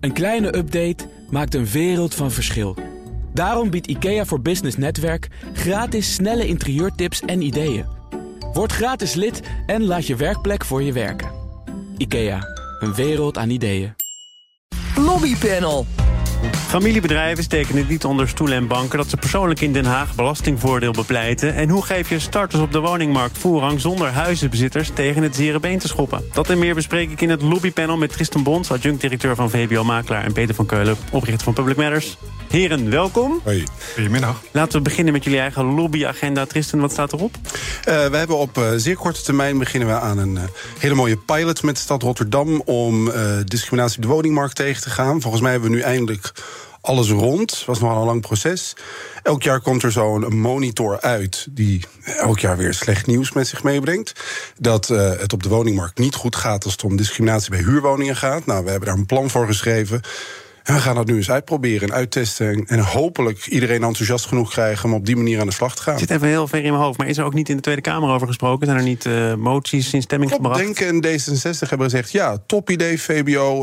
Een kleine update maakt een wereld van verschil. Daarom biedt IKEA voor Business Netwerk gratis snelle interieurtips en ideeën. Word gratis lid en laat je werkplek voor je werken. IKEA, een wereld aan ideeën. Lobbypanel. Familiebedrijven steken het niet onder stoelen en banken dat ze persoonlijk in Den Haag belastingvoordeel bepleiten. En hoe geef je starters op de woningmarkt voorrang zonder huizenbezitters tegen het zere been te schoppen? Dat en meer bespreek ik in het lobbypanel met Tristan Bons, adjunct-directeur van VBO-makelaar, en Peter van Keulen, oprichter van Public Matters. Heren, welkom. Hoi. Goedemiddag. Laten we beginnen met jullie eigen lobbyagenda. Tristan, wat staat erop? We hebben op zeer korte termijn beginnen we aan een hele mooie pilot met de stad Rotterdam om discriminatie op de woningmarkt tegen te gaan. Volgens mij hebben we nu eindelijk alles rond. Het was nogal een lang proces. Elk jaar komt er zo'n monitor uit die elk jaar weer slecht nieuws met zich meebrengt. Dat het op de woningmarkt niet goed gaat als het om discriminatie bij huurwoningen gaat. Nou, we hebben daar een plan voor geschreven. En we gaan dat nu eens uitproberen en uittesten. En hopelijk iedereen enthousiast genoeg krijgen om op die manier aan de slag te gaan. Het zit even heel ver in mijn hoofd. Maar is er ook niet in de Tweede Kamer over gesproken? Zijn er niet moties in stemming gebracht? Denken en D66 hebben gezegd, ja, top idee VBO.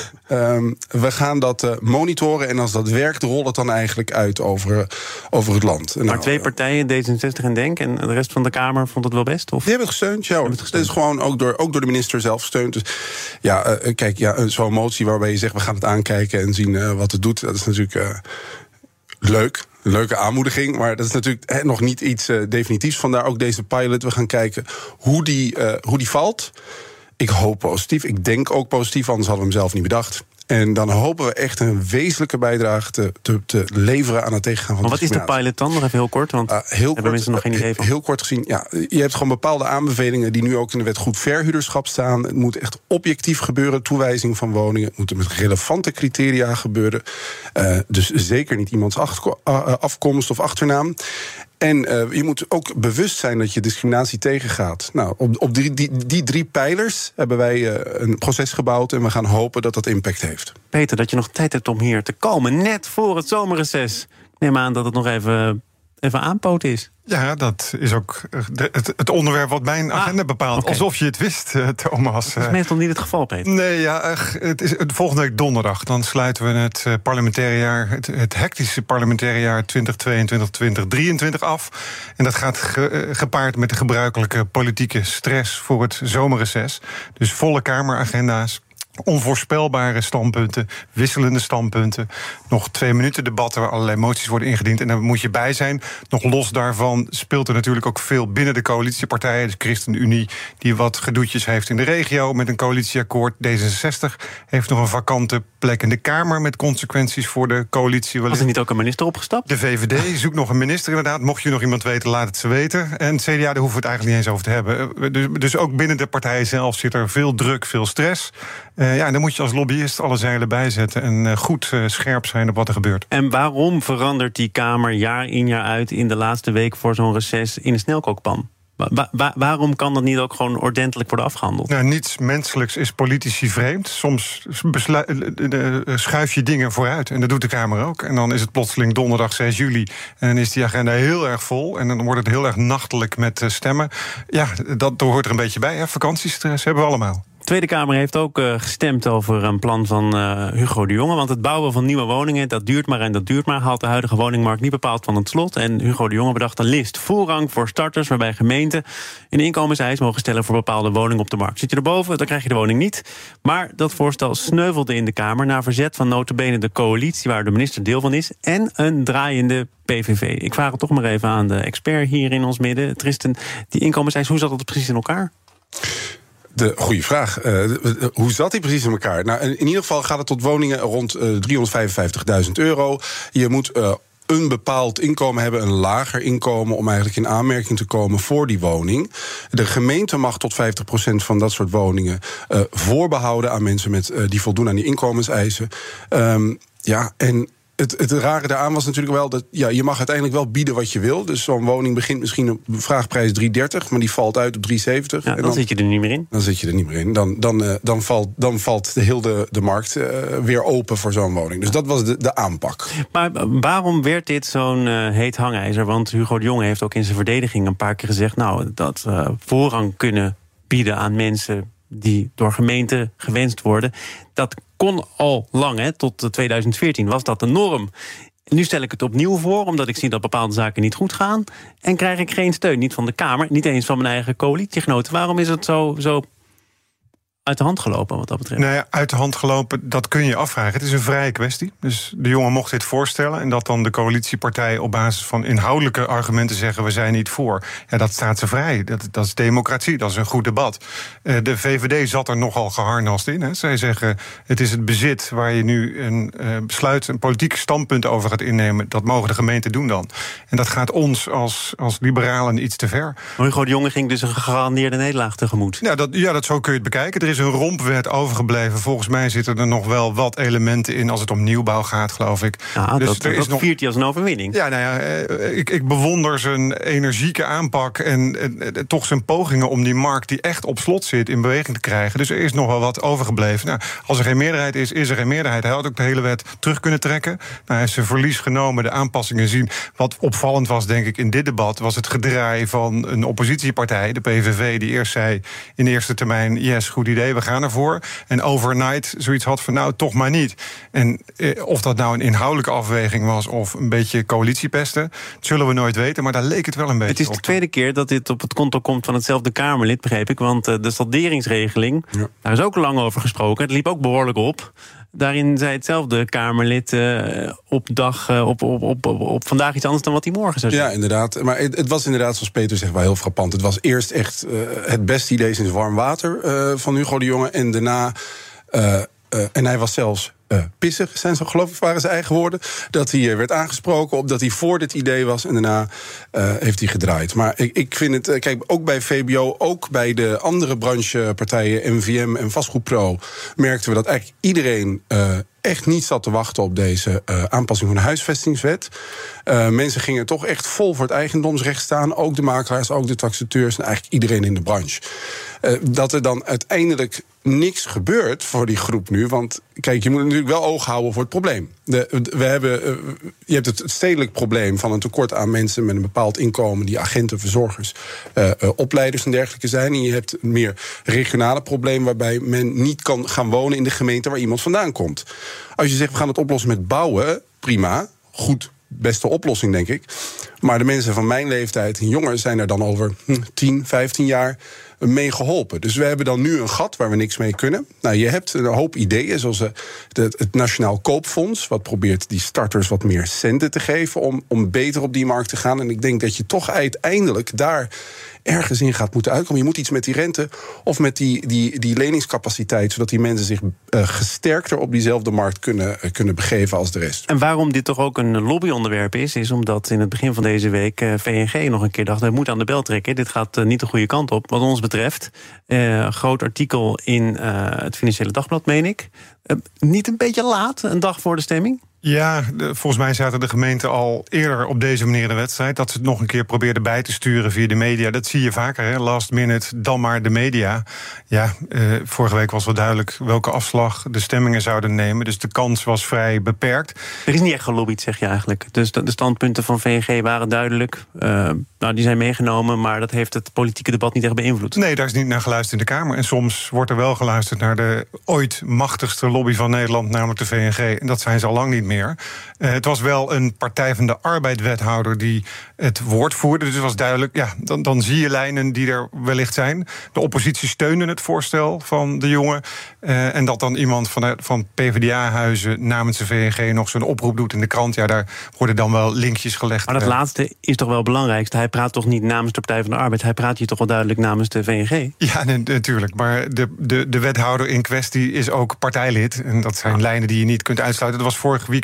We gaan dat monitoren. En als dat werkt, rolt het dan eigenlijk uit over het land. Maar twee partijen, D66 en Denk, en de rest van de Kamer vond het wel best? Of? Die hebben het gesteund, ja. Dat is gewoon ook door de minister zelf gesteund. Dus ja, kijk, zo'n motie waarbij je zegt, we gaan het aankijken en zien wat het doet. Dat is natuurlijk leuk. Een leuke aanmoediging, maar dat is natuurlijk nog niet iets definitiefs. Vandaar ook deze pilot. We gaan kijken hoe die valt. Ik hoop positief. Ik denk ook positief, anders hadden we hem zelf niet bedacht. En dan hopen we echt een wezenlijke bijdrage te leveren aan het tegengaan van maar wat is de pilot dan? Nog even heel kort, want hebben mensen nog geen idee van. Heel kort gezien, ja, je hebt gewoon bepaalde aanbevelingen die nu ook in de wet goed verhuurderschap staan. Het moet echt objectief gebeuren, toewijzing van woningen. Het moet met relevante criteria gebeuren. Dus zeker niet iemands afkomst of achternaam. En je moet ook bewust zijn dat je discriminatie tegengaat. Nou, op die drie pijlers hebben wij een proces gebouwd en we gaan hopen dat dat impact heeft. Peter, dat je nog tijd hebt om hier te komen, net voor het zomerreces. Ik neem aan dat het nog even aanpoot is. Ja, dat is ook het onderwerp wat mijn agenda bepaalt. Okay. Alsof je het wist, Thomas. Dat is meestal niet het geval, Peter. Nee, ja, het is volgende week donderdag. Dan sluiten we het parlementaire jaar, het hectische parlementaire jaar 2022-2023 af. En dat gaat gepaard met de gebruikelijke politieke stress voor het zomerreces. Dus volle Kameragenda's. Onvoorspelbare standpunten, wisselende standpunten. Nog 2 minuten debatten waar allerlei moties worden ingediend. En daar moet je bij zijn. Nog los daarvan speelt er natuurlijk ook veel binnen de coalitiepartijen. Dus ChristenUnie die wat gedoetjes heeft in de regio met een coalitieakkoord. D66 heeft nog een vakante plek in de Kamer met consequenties voor de coalitie. Was er niet ook een minister opgestapt? De VVD zoekt nog een minister inderdaad. Mocht je nog iemand weten, laat het ze weten. En CDA, daar hoeven we het eigenlijk niet eens over te hebben. Dus ook binnen de partijen zelf zit er veel druk, veel stress. En dan moet je als lobbyist alle zeilen bijzetten en goed scherp zijn op wat er gebeurt. En waarom verandert die Kamer jaar in jaar uit in de laatste week voor zo'n reces in een snelkookpan? Waarom kan dat niet ook gewoon ordentelijk worden afgehandeld? Nou, niets menselijks is politici vreemd. Soms schuif je dingen vooruit. En dat doet de Kamer ook. En dan is het plotseling donderdag 6 juli. En dan is die agenda heel erg vol. En dan wordt het heel erg nachtelijk met stemmen. Ja, dat hoort er een beetje bij. Hè? Vakantiestress hebben we allemaal. De Tweede Kamer heeft ook gestemd over een plan van Hugo de Jonge. Want het bouwen van nieuwe woningen, dat duurt maar en dat duurt maar. Haalt de huidige woningmarkt niet bepaald van het slot. En Hugo de Jonge bedacht een list. Voorrang voor starters, waarbij gemeenten een inkomenseis mogen stellen voor bepaalde woningen op de markt. Zit je erboven, dan krijg je de woning niet. Maar dat voorstel sneuvelde in de Kamer na verzet van nota bene de coalitie, waar de minister deel van is, en een draaiende PVV. Ik vraag het toch maar even aan de expert hier in ons midden. Tristan, die inkomenseis, hoe zat dat precies in elkaar? De goede vraag. Hoe zat die precies in elkaar? Nou, in ieder geval gaat het tot woningen rond €355.000. Je moet een bepaald inkomen hebben, een lager inkomen, om eigenlijk in aanmerking te komen voor die woning. De gemeente mag tot 50% van dat soort woningen voorbehouden aan mensen die voldoen aan die inkomenseisen. En het rare daaraan was natuurlijk wel dat je mag uiteindelijk wel bieden wat je wil. Dus zo'n woning begint misschien op vraagprijs 330, maar die valt uit op 370. Ja, dan zit je er niet meer in. Dan zit je er niet meer in. Dan valt heel de markt weer open voor zo'n woning. Dus dat was de aanpak. Maar waarom werd dit zo'n heet hangijzer? Want Hugo de Jonge heeft ook in zijn verdediging een paar keer gezegd, nou, dat voorrang kunnen bieden aan mensen die door gemeenten gewenst worden. Dat kon al lang, hè, tot 2014 was dat de norm. Nu stel ik het opnieuw voor, omdat ik zie dat bepaalde zaken niet goed gaan. En krijg ik geen steun, niet van de Kamer, niet eens van mijn eigen coalitiegenoten. Waarom is het zo uit de hand gelopen wat dat betreft? Nou ja, uit de hand gelopen, dat kun je afvragen. Het is een vrije kwestie. Dus de jongen mocht dit voorstellen en dat dan de coalitiepartijen op basis van inhoudelijke argumenten zeggen we zijn niet voor. Ja, dat staat ze vrij. Dat is democratie, dat is een goed debat. De VVD zat er nogal geharnast in. Hè. Zij zeggen het is het bezit waar je nu een besluit, een politiek standpunt over gaat innemen. Dat mogen de gemeenten doen dan. En dat gaat ons als liberalen iets te ver. Hugo de Jonge ging dus een gegarandeerde nederlaag tegemoet. Ja, dat zo kun je het bekijken. Er is een rompwet overgebleven. Volgens mij zitten er nog wel wat elementen in als het om nieuwbouw gaat, geloof ik. Ja, dus dat viert hij als een overwinning. Ja, nou ja, ik bewonder zijn energieke aanpak en toch zijn pogingen om die markt die echt op slot zit in beweging te krijgen. Dus er is nog wel wat overgebleven. Nou, als er geen meerderheid is, is er geen meerderheid. Hij had ook de hele wet terug kunnen trekken. Nou, hij heeft zijn verlies genomen, de aanpassingen zien. Wat opvallend was, denk ik, in dit debat was het gedraai van een oppositiepartij, de PVV, die eerst zei in eerste termijn, yes, goed idee, we gaan ervoor. En overnight zoiets had van, nou, toch maar niet. En of dat nou een inhoudelijke afweging was of een beetje coalitiepesten, dat zullen we nooit weten, maar daar leek het wel een beetje op. Het is de tweede keer dat dit op het konto komt van hetzelfde Kamerlid, begreep ik. Want de salderingsregeling, daar is ook lang over gesproken. Het liep ook behoorlijk op. Daarin zei hetzelfde Kamerlid op vandaag iets anders dan wat hij morgen zou zeggen. Ja, inderdaad. Maar het was inderdaad, zoals Peter zegt, wel heel frappant. Het was eerst echt het beste idee sinds warm water van Hugo de Jonge. En daarna, en hij was zelfs pissig, waren zijn eigen woorden, dat hij werd aangesproken op dat hij voor dit idee was en daarna heeft hij gedraaid. Maar ik vind het, kijk, ook bij VBO, ook bij de andere branchepartijen, MVM en Vastgoedpro, merkten we dat eigenlijk iedereen echt niet zat te wachten op deze aanpassing van de huisvestingswet. Mensen gingen toch echt vol voor het eigendomsrecht staan. Ook de makelaars, ook de taxateurs en eigenlijk iedereen in de branche. Dat er dan uiteindelijk niks gebeurt voor die groep nu. Want kijk, je moet natuurlijk wel oog houden voor het probleem. Je hebt het stedelijk probleem van een tekort aan mensen met een bepaald inkomen, die agenten, verzorgers, opleiders en dergelijke zijn. En je hebt een meer regionale probleem waarbij men niet kan gaan wonen in de gemeente waar iemand vandaan komt. Als je zegt, we gaan het oplossen met bouwen, prima, goed, beste oplossing, denk ik. Maar de mensen van mijn leeftijd en jonger zijn er dan over 10, 15 jaar mee geholpen. Dus we hebben dan nu een gat waar we niks mee kunnen. Nou, je hebt een hoop ideeën, zoals het Nationaal Koopfonds, wat probeert die starters wat meer centen te geven om beter op die markt te gaan. En ik denk dat je toch uiteindelijk daar ergens in gaat moeten uitkomen. Je moet iets met die rente of met die leningscapaciteit, zodat die mensen zich gesterkter op diezelfde markt kunnen begeven als de rest. En waarom dit toch ook een lobbyonderwerp is omdat in het begin van deze week VNG nog een keer dacht, we moeten aan de bel trekken. Dit gaat niet de goede kant op, wat ons betreft. Groot artikel in het Financiële Dagblad, meen ik. Niet een beetje laat, een dag voor de stemming? Ja, volgens mij zaten de gemeenten al eerder op deze manier in de wedstrijd. Dat ze het nog een keer probeerden bij te sturen via de media. Dat zie je vaker, hè? Last minute, dan maar de media. Ja, vorige week was wel duidelijk welke afslag de stemmingen zouden nemen. Dus de kans was vrij beperkt. Er is niet echt gelobbyd, zeg je eigenlijk. Dus de standpunten van VNG waren duidelijk. Die zijn meegenomen, maar dat heeft het politieke debat niet echt beïnvloed. Nee, daar is niet naar geluisterd in de Kamer. En soms wordt er wel geluisterd naar de ooit machtigste lobby van Nederland, namelijk de VNG. En dat zijn ze al lang niet meer. Het was wel een Partij van de Arbeid-wethouder die het woord voerde. Dus het was duidelijk, ja, dan zie je lijnen die er wellicht zijn. De oppositie steunde het voorstel van de jongen. En dat dan iemand van PvdA-huizen namens de VNG nog zo'n oproep doet in de krant. Ja, daar worden dan wel linkjes gelegd. Maar dat laatste is toch wel het belangrijkste. Hij praat toch niet namens de Partij van de Arbeid. Hij praat hier toch wel duidelijk namens de VNG? Ja, natuurlijk. Maar de wethouder in kwestie is ook partijlid. En dat zijn lijnen die je niet kunt uitsluiten. Dat was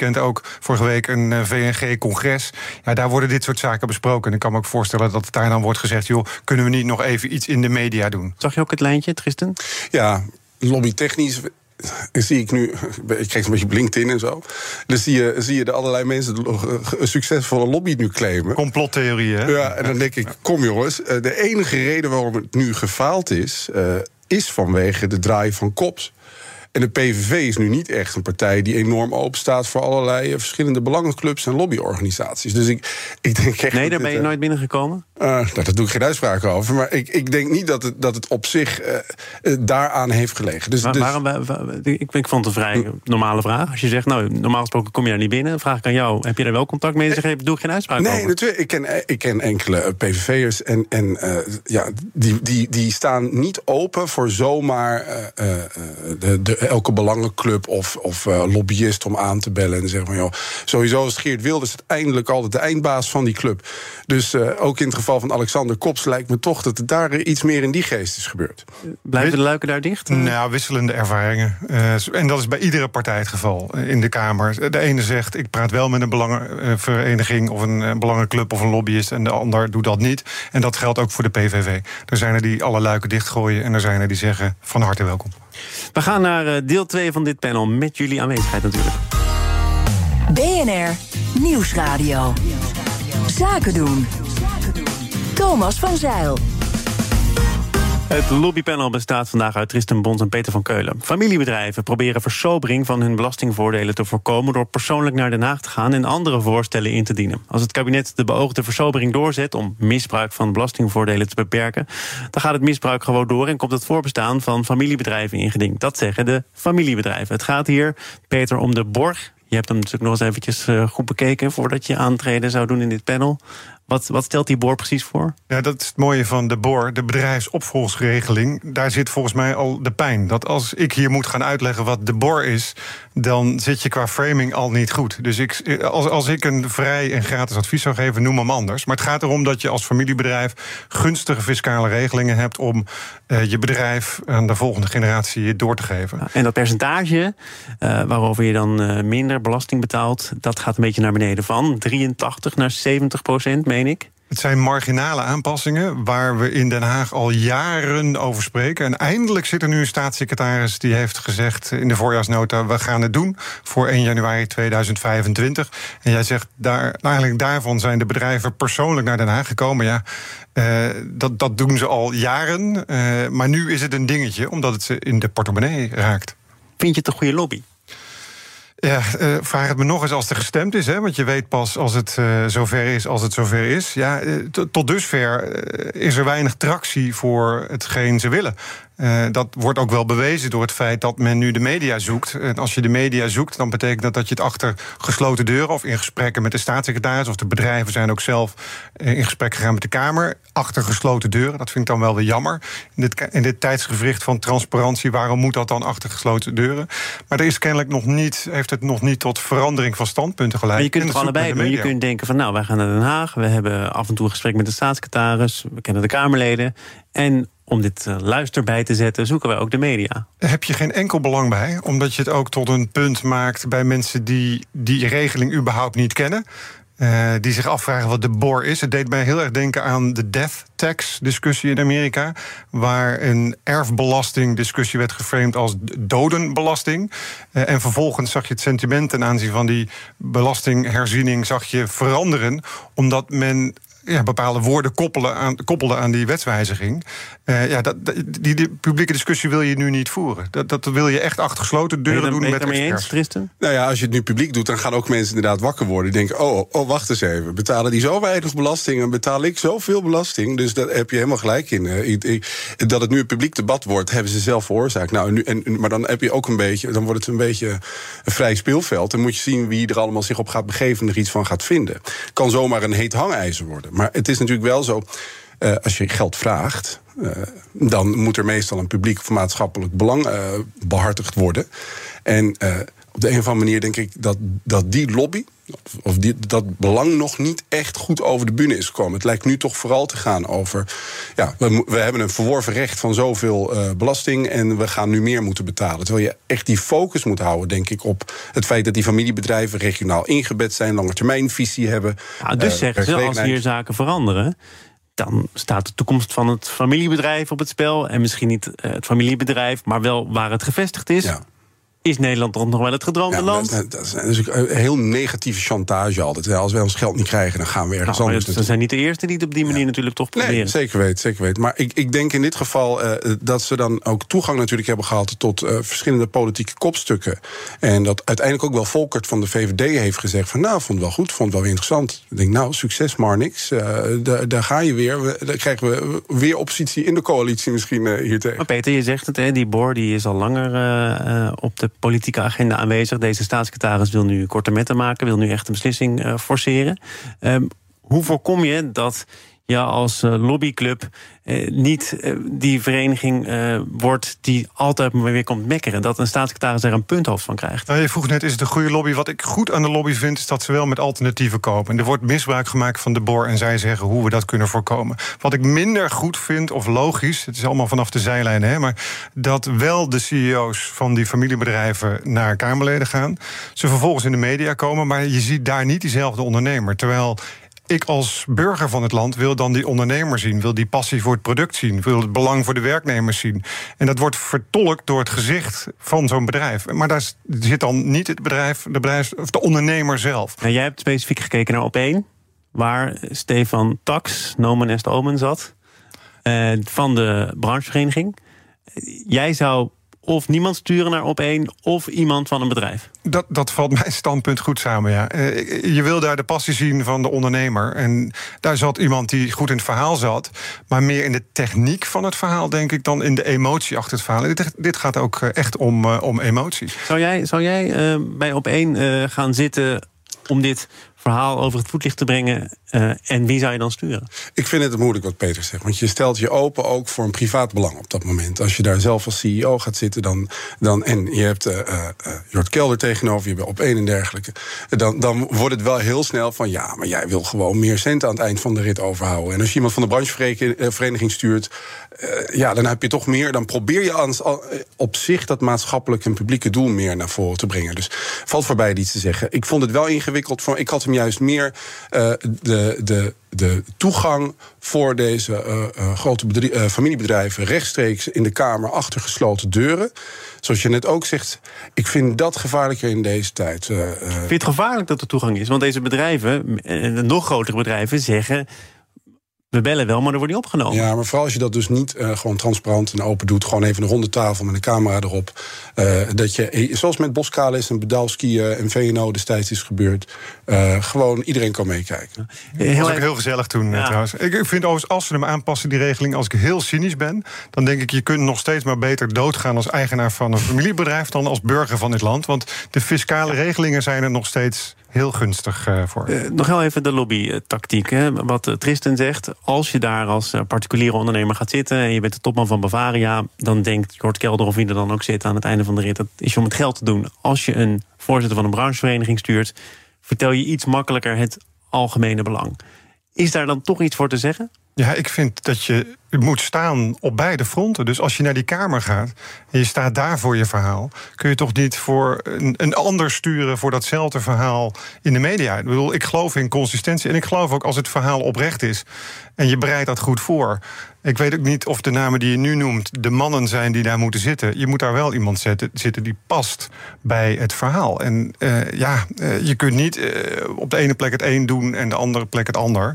vorige week een VNG-congres. Ja, daar worden dit soort zaken besproken. En ik kan me ook voorstellen dat het daar dan wordt gezegd, joh, kunnen we niet nog even iets in de media doen? Zag je ook het lijntje, Tristan? Ja, lobbytechnisch zie ik nu, ik krijg een beetje LinkedIn en zo. Dus zie je de allerlei mensen een succesvolle lobby nu claimen. Complottheorieën, hè? Ja, en dan denk ik, kom jongens, de enige reden waarom het nu gefaald is vanwege de draai van Kops. En de PVV is nu niet echt een partij die enorm open staat voor allerlei verschillende belangenclubs en lobbyorganisaties. Dus ik denk echt. Nee, daar ben je nooit binnengekomen? Daar doe ik geen uitspraak over. Maar ik denk niet dat het op zich daaraan heeft gelegen. Dus, ik vond het een vrij normale vraag. Als je zegt, normaal gesproken kom je daar niet binnen, dan vraag ik aan jou, heb je daar wel contact mee? Dan zeg je, doe ik geen uitspraak over. Nee, natuurlijk. Ik ken enkele PVV'ers en die staan niet open voor zomaar elke belangenclub of lobbyist om aan te bellen en zeggen van, joh, sowieso is Geert Wilders uiteindelijk altijd de eindbaas van die club. Dus ook in het geval van Alexander Kops lijkt me toch dat het daar iets meer in die geest is gebeurd. Blijven de luiken daar dicht? Nou, wisselende ervaringen. En dat is bij iedere partij het geval in de Kamer. De ene zegt, ik praat wel met een belangenvereniging of een belangenclub of een lobbyist, en de ander doet dat niet. En dat geldt ook voor de PVV. Er zijn er die alle luiken dichtgooien en er zijn er die zeggen, van harte welkom. We gaan naar deel 2 van dit panel met jullie aanwezigheid natuurlijk. BNR Nieuwsradio. Zaken doen. Thomas van Zijl. Het lobbypanel bestaat vandaag uit Tristan Bons en Peter van Keulen. Familiebedrijven proberen versobering van hun belastingvoordelen te voorkomen door persoonlijk naar Den Haag te gaan en andere voorstellen in te dienen. Als het kabinet de beoogde versobering doorzet om misbruik van belastingvoordelen te beperken, dan gaat het misbruik gewoon door en komt het voorbestaan van familiebedrijven in geding. Dat zeggen de familiebedrijven. Het gaat hier, Peter, om de borg. Je hebt hem natuurlijk nog eens eventjes goed bekeken voordat je aantreden zou doen in dit panel. Wat stelt die BOR precies voor? Ja, dat is het mooie van de BOR, de bedrijfsopvolgsregeling. Daar zit volgens mij al de pijn. Dat als ik hier moet gaan uitleggen wat de BOR is, dan zit je qua framing al niet goed. Dus als ik een vrij en gratis advies zou geven, noem hem anders. Maar het gaat erom dat je als familiebedrijf gunstige fiscale regelingen hebt om je bedrijf aan de volgende generatie door te geven. En dat percentage waarover je dan minder belasting betaalt, dat gaat een beetje naar beneden van 83 naar 70%, meen ik. Het zijn marginale aanpassingen waar we in Den Haag al jaren over spreken. En eindelijk zit er nu een staatssecretaris die heeft gezegd in de voorjaarsnota, we gaan het doen voor 1 januari 2025. En jij zegt, eigenlijk daarvan zijn de bedrijven persoonlijk naar Den Haag gekomen. Ja, dat doen ze al jaren. Maar nu is het een dingetje, omdat het ze in de portemonnee raakt. Vind je het een goede lobby? Ja, vraag het me nog eens als er gestemd is, hè? Want je weet pas als het zover is, als het zover is. Ja, tot dusver is er weinig tractie voor hetgeen ze willen. Dat wordt ook wel bewezen door het feit dat men nu de media zoekt. En als je de media zoekt, dan betekent dat je het achter gesloten deuren of in gesprekken met de staatssecretaris, of de bedrijven zijn ook zelf in gesprek gegaan met de Kamer, achter gesloten deuren. Dat vind ik dan wel weer jammer. In dit tijdsgewricht van transparantie, waarom moet dat dan achter gesloten deuren? Maar er is kennelijk heeft het nog niet tot verandering van standpunten geleid. Maar je kunt het allebei doen. Je kunt denken van, wij gaan naar Den Haag, we hebben af en toe een gesprek met de staatssecretaris, we kennen de Kamerleden, en om dit luister bij te zetten, zoeken wij ook de media. Daar heb je geen enkel belang bij, omdat je het ook tot een punt maakt bij mensen die die regeling überhaupt niet kennen. Die zich afvragen wat de BOR is. Het deed mij heel erg denken aan de death tax discussie in Amerika, waar een erfbelasting-discussie werd geframed als dodenbelasting. En vervolgens zag je het sentiment ten aanzien van die belastingherziening zag je veranderen, omdat men bepaalde woorden koppelde aan die wetswijziging. Die publieke discussie wil je nu niet voeren. Dat wil je echt achter gesloten deuren doen met experts. Tristan? Nou ja, als je het nu publiek doet, dan gaan ook mensen inderdaad wakker worden. Die denken, oh, wacht eens even. Betalen die zo weinig belasting en betaal ik zoveel belasting? Dus daar heb je helemaal gelijk in. Dat het nu een publiek debat wordt, hebben ze zelf veroorzaakt. Maar dan heb je ook dan wordt het een beetje een vrij speelveld. Dan moet je zien wie er allemaal zich op gaat begeven en er iets van gaat vinden. Het kan zomaar een heet hangijzer worden. Maar het is natuurlijk wel zo, als je geld vraagt, dan moet er meestal een publiek of maatschappelijk belang behartigd worden. En op de een of andere manier denk ik dat die lobby, of dat belang nog niet echt goed over de bühne is gekomen. Het lijkt nu toch vooral te gaan over, we hebben een verworven recht van zoveel belasting en we gaan nu meer moeten betalen. Terwijl je echt die focus moet houden, denk ik, op het feit dat die familiebedrijven regionaal ingebed zijn, langetermijnvisie hebben. Dus zeggen ze, als hier zaken veranderen, dan staat de toekomst van het familiebedrijf op het spel. En misschien niet het familiebedrijf, maar wel waar het gevestigd is. Ja. is Nederland toch nog wel het gedroomde land? Dat is natuurlijk een heel negatieve chantage altijd. Als wij ons geld niet krijgen, dan gaan we ergens anders. Ze zijn niet de eerste die het op die manier natuurlijk toch proberen. Nee, zeker weten. Maar ik denk in dit geval dat ze dan ook toegang natuurlijk hebben gehad tot verschillende politieke kopstukken. En dat uiteindelijk ook wel Volkert van de VVD heeft gezegd van, vond het wel goed, vond het wel weer interessant. Ik denk, succes Marnix. Daar ga je weer. Dan krijgen we weer oppositie in de coalitie misschien hier tegen. Maar Peter, je zegt het, die Boor die is al langer op de politieke agenda aanwezig. Deze staatssecretaris wil nu korte metten maken, wil nu echt een beslissing forceren. Hoe voorkom je dat je als lobbyclub niet die vereniging wordt die altijd maar weer komt mekkeren? Dat een staatssecretaris er een punthoofd van krijgt. Nou, je vroeg net, is het een goede lobby? Wat ik goed aan de lobby vind, is dat ze wel met alternatieven komen. En er wordt misbruik gemaakt van de Boor en zij zeggen hoe we dat kunnen voorkomen. Wat ik minder goed vind, of logisch, het is allemaal vanaf de zijlijnen, maar dat wel de CEO's van die familiebedrijven naar Kamerleden gaan. Ze vervolgens in de media komen, maar je ziet daar niet diezelfde ondernemer. Terwijl ik als burger van het land wil dan die ondernemer zien, wil die passie voor het product zien, wil het belang voor de werknemers zien. En dat wordt vertolkt door het gezicht van zo'n bedrijf. Maar daar zit dan niet het bedrijf, of de ondernemer zelf. En jij hebt specifiek gekeken naar Op1, waar Stefan Tax, nomen est omen, zat, van de branchevereniging. Jij zou of niemand sturen naar Op1 of iemand van een bedrijf. Dat valt mijn standpunt goed samen, ja. Je wil daar de passie zien van de ondernemer. En daar zat iemand die goed in het verhaal zat, maar meer in de techniek van het verhaal, denk ik, dan in de emotie achter het verhaal. Dit gaat ook echt om emotie. Zou jij bij Op1 gaan zitten om dit verhaal over het voetlicht te brengen? En wie zou je dan sturen? Ik vind het moeilijk wat Peter zegt. Want je stelt je open ook voor een privaat belang op dat moment. Als je daar zelf als CEO gaat zitten, dan en je hebt Jort Kelder tegenover je bij Op1 en dergelijke. Dan wordt het wel heel snel van, maar jij wil gewoon meer centen aan het eind van de rit overhouden. En als je iemand van de branchevereniging stuurt, dan heb je toch meer. Dan probeer je op zich dat maatschappelijk en publieke doel meer naar voren te brengen. Dus valt voorbij iets te zeggen. Ik vond het wel ingewikkeld. Ik had hem juist meer de toegang voor deze grote familiebedrijven rechtstreeks in de Kamer achter gesloten deuren. Zoals je net ook zegt, ik vind dat gevaarlijker in deze tijd. Vind je het gevaarlijk dat er toegang is? Want deze bedrijven, nog grotere bedrijven, zeggen, we bellen wel, maar er wordt niet opgenomen. Ja, maar vooral als je dat dus niet gewoon transparant en open doet, gewoon even een ronde tafel met een camera erop. Dat je, zoals met Boskalis en Bedalski en VNO destijds is gebeurd, gewoon iedereen kan meekijken. Dat was ook heel gezellig toen trouwens. Ik vind overigens, als ze hem aanpassen, die regeling, als ik heel cynisch ben, dan denk ik, je kunt nog steeds maar beter doodgaan als eigenaar van een familiebedrijf dan als burger van dit land. Want de fiscale regelingen zijn er nog steeds heel gunstig voor. Nog heel even de lobbytactiek. Wat Tristan zegt, als je daar als particuliere ondernemer gaat zitten en je bent de topman van Bavaria, dan denkt Jort Kelder of wie er dan ook zit aan het einde van de rit, dat is om het geld te doen. Als je een voorzitter van een branchevereniging stuurt, vertel je iets makkelijker het algemene belang. Is daar dan toch iets voor te zeggen? Ja, ik vind dat je moet staan op beide fronten. Dus als je naar die Kamer gaat en je staat daar voor je verhaal, kun je toch niet voor een ander sturen voor datzelfde verhaal in de media. Ik bedoel, ik geloof in consistentie en ik geloof ook als het verhaal oprecht is en je bereidt dat goed voor. Ik weet ook niet of de namen die je nu noemt de mannen zijn die daar moeten zitten. Je moet daar wel iemand zitten die past bij het verhaal. En je kunt niet op de ene plek het een doen en de andere plek het ander.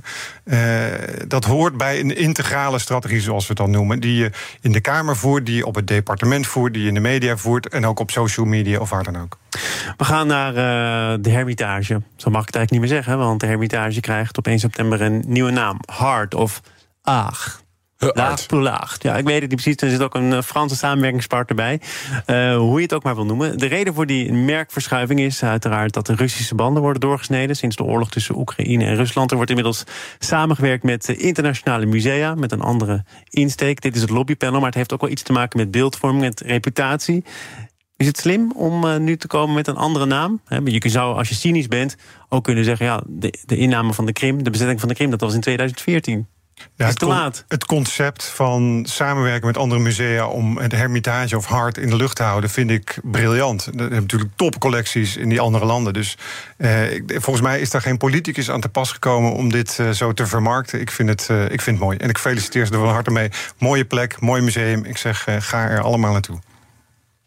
Dat hoort bij een integrale strategie, zoals we het dan noemen, die je in de Kamer voert, die je op het departement voert, die je in de media voert en ook op social media of waar dan ook. We gaan naar de Hermitage. Zo mag ik het eigenlijk niet meer zeggen, want de Hermitage krijgt op 1 september een nieuwe naam. Hart of Aag. Laag Poulaag. Ja, ik weet het niet precies. Er zit ook een Franse samenwerkingspartner bij. Hoe je het ook maar wil noemen. De reden voor die merkverschuiving is uiteraard dat de Russische banden worden doorgesneden sinds de oorlog tussen Oekraïne en Rusland. Er wordt inmiddels samengewerkt met internationale musea met een andere insteek. Dit is het lobbypanel, maar het heeft ook wel iets te maken met beeldvorming, met reputatie. Is het slim om nu te komen met een andere naam? Je zou, als je cynisch bent, ook kunnen zeggen, de inname van de Krim, de bezetting van de Krim, dat was in 2014. Ja, is te laat. Het concept van samenwerken met andere musea om het Hermitage of Hart in de lucht te houden vind ik briljant. Er hebben natuurlijk topcollecties in die andere landen. Dus volgens mij is daar geen politicus aan te pas gekomen om dit zo te vermarkten. Ik vind het mooi. En ik feliciteer ze er van harte mee. Mooie plek, mooi museum. Ik zeg, ga er allemaal naartoe.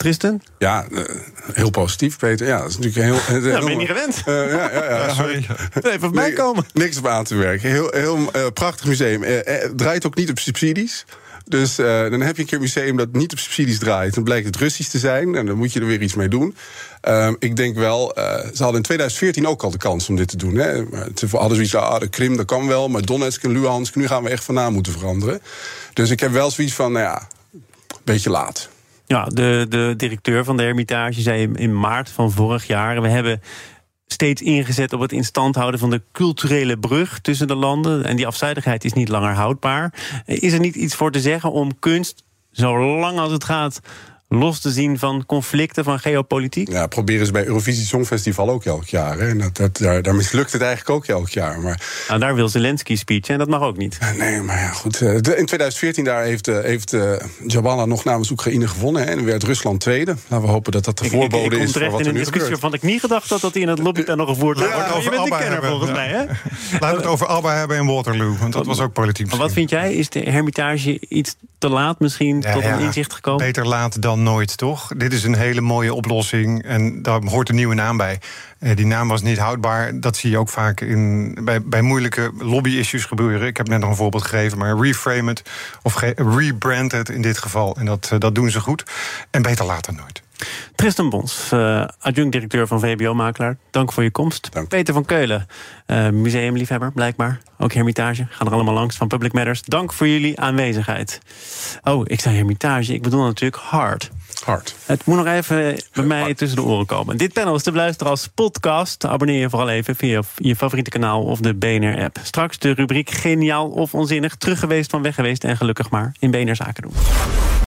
Tristan? Ja, heel positief, Peter. Ja, dat is natuurlijk heel... ben je niet gewend. Sorry. Even op mij komen. Niks op aan te werken. Heel prachtig museum. Draait ook niet op subsidies. Dus dan heb je een keer een museum dat niet op subsidies draait. Dan blijkt het Russisch te zijn en dan moet je er weer iets mee doen. Ik denk wel, ze hadden in 2014 ook al de kans om dit te doen. Hè. Ze hadden zoiets, de Krim, dat kan wel, maar Donetsk en Luhansk, nu gaan we echt van naam moeten veranderen. Dus ik heb wel zoiets van, een beetje laat. Ja, de directeur van de Hermitage zei in maart van vorig jaar, we hebben steeds ingezet op het in stand houden van de culturele brug tussen de landen. En die afzijdigheid is niet langer houdbaar. Is er niet iets voor te zeggen om kunst, zolang als het gaat, los te zien van conflicten, van geopolitiek? Ja, proberen ze bij Eurovisie Songfestival ook elk jaar. Hè. En daar mislukt het eigenlijk ook elk jaar. Maar daar wil Zelensky speech en dat mag ook niet. Nee, maar ja, goed. In 2014 daar heeft Jabala nog namens Oekraïne gewonnen. Hè, en werd Rusland tweede. Laten we hopen dat dat de voorbode is voor wat er nu gebeurt. Ik kom terecht in een discussie waarvan ik niet gedacht had dat hij in het lobbypanel gevoerd werd. Je bent een kenner volgens mij, hè? Laten we het over Alba hebben in Waterloo. Want dat was ook politiek. Maar wat vind jij? Is de Hermitage iets te laat misschien tot een inzicht gekomen? Beter laat dan nooit, toch? Dit is een hele mooie oplossing en daar hoort een nieuwe naam bij. Die naam was niet houdbaar. Dat zie je ook vaak bij moeilijke lobby-issues gebeuren. Ik heb net nog een voorbeeld gegeven, maar reframe het of rebrand het in dit geval. En dat doen ze goed. En beter laat dan nooit. Tristan Bons, adjunct-directeur van VBO-makelaar. Dank voor je komst. Dank. Peter van Keulen, museumliefhebber, blijkbaar. Ook Hermitage, gaan er allemaal langs van Public Matters. Dank voor jullie aanwezigheid. Oh, ik zei Hermitage, ik bedoel natuurlijk Hard. Het moet nog even bij mij tussen de oren komen. Dit panel is te beluisteren als podcast. Abonneer je vooral even via je favoriete kanaal of de BNR-app. Straks de rubriek Geniaal of Onzinnig. Terug geweest van weg geweest en gelukkig maar in BNR Zaken doen.